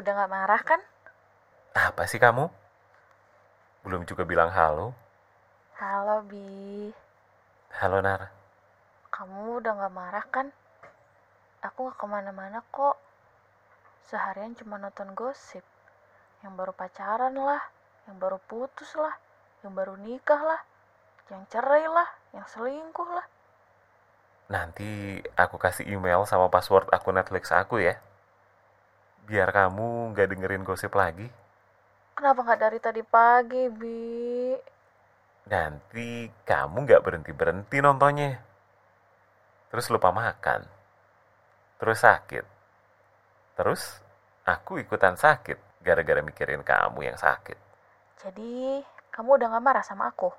Udah gak marah kan? Apa sih kamu? Belum juga bilang halo. Halo, Bi. Halo, Nar. Kamu udah gak marah kan? Aku gak kemana-mana kok. Seharian cuma nonton gosip. Yang baru pacaran lah, yang baru putus lah, yang baru nikah lah, yang cerai lah, yang selingkuh lah. Nanti aku kasih email sama password akun Netflix aku ya. Biar kamu gak dengerin gosip lagi. Kenapa gak dari tadi pagi, Bi? Nanti kamu gak berhenti-berhenti nontonnya. Terus lupa makan. Terus sakit. Terus aku ikutan sakit gara-gara mikirin kamu yang sakit. Jadi, kamu udah gak marah sama aku?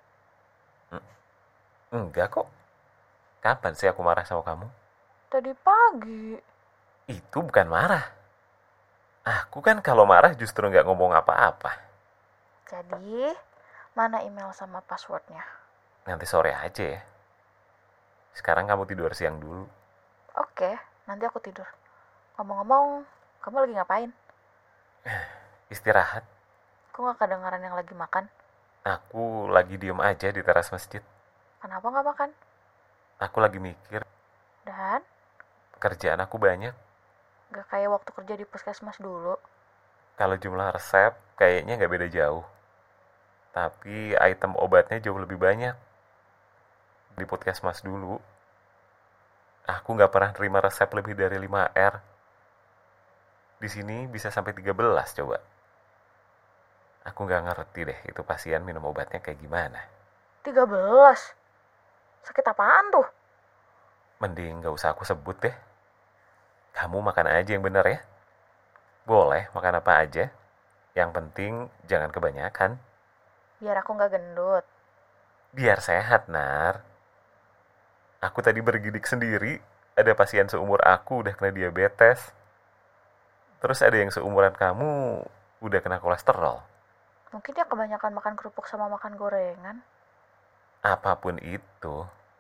Enggak kok. Kapan sih aku marah sama kamu? Tadi pagi. Itu bukan marah. Aku kan kalau marah justru nggak ngomong apa-apa. Jadi, mana email sama passwordnya? Nanti sore aja ya. Sekarang kamu tidur siang dulu. Oke, nanti aku tidur. Ngomong-ngomong, kamu lagi ngapain? Istirahat. Kok gak kedengaran yang lagi makan? Aku lagi diem aja di teras masjid. Kenapa gak makan? Aku lagi mikir, Dan, kerjaan aku banyak. gak kayak waktu kerja di puskesmas dulu. Kalau jumlah resep kayaknya nggak beda jauh. Tapi item obatnya jauh lebih banyak. Di puskesmas dulu, aku nggak pernah terima resep lebih dari 5R. Di sini bisa sampai 13 coba. Aku nggak ngerti deh itu pasien minum obatnya kayak gimana. 13? Sakit apaan tuh? Mending nggak usah aku sebut deh. Kamu makan aja yang bener ya. Boleh makan apa aja. Yang penting jangan kebanyakan. Biar aku gak gendut. Biar sehat, Nar. Aku tadi bergidik sendiri. Ada pasien seumur aku udah kena diabetes. Terus ada yang seumuran kamu udah kena kolesterol. Mungkin dia kebanyakan makan kerupuk sama makan gorengan. Apapun itu.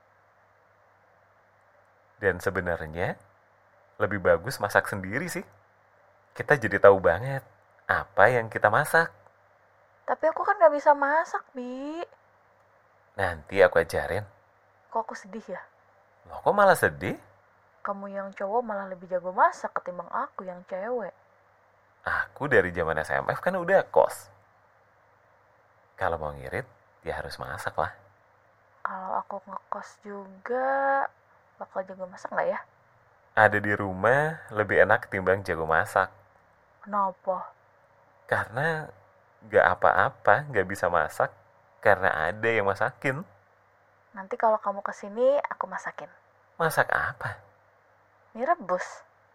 Dan sebenarnya lebih bagus masak sendiri sih. Kita jadi tahu banget apa yang kita masak. Tapi aku kan gak bisa masak, Bi. Nanti aku ajarin. Kok aku sedih ya? Loh, kok malah sedih? Kamu yang cowok malah lebih jago masak ketimbang aku yang cewek. Aku dari zaman SMF kan udah kos. Kalau mau ngirit, ya harus masak lah. Kalau aku ngekos juga, bakal jago masak gak ya? Ada di rumah lebih enak ketimbang jago masak. Kenapa? Karena gak apa-apa gak bisa masak. Karena ada yang masakin. Nanti kalau kamu kesini, aku masakin. Masak apa? Mie rebus.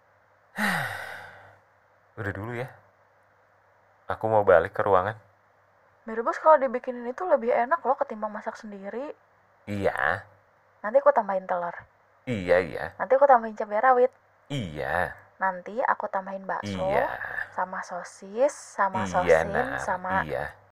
Udah dulu ya. Aku mau balik ke ruangan. Mie rebus kalau dibikinin itu lebih enak loh ketimbang masak sendiri. Iya. Nanti aku tambahin telur. Iya. Nanti aku tambahin cabai rawit. Iya. Nanti aku tambahin bakso. Iya. Sama sosis, sama Iya, sosin, Nar. sama... Iya.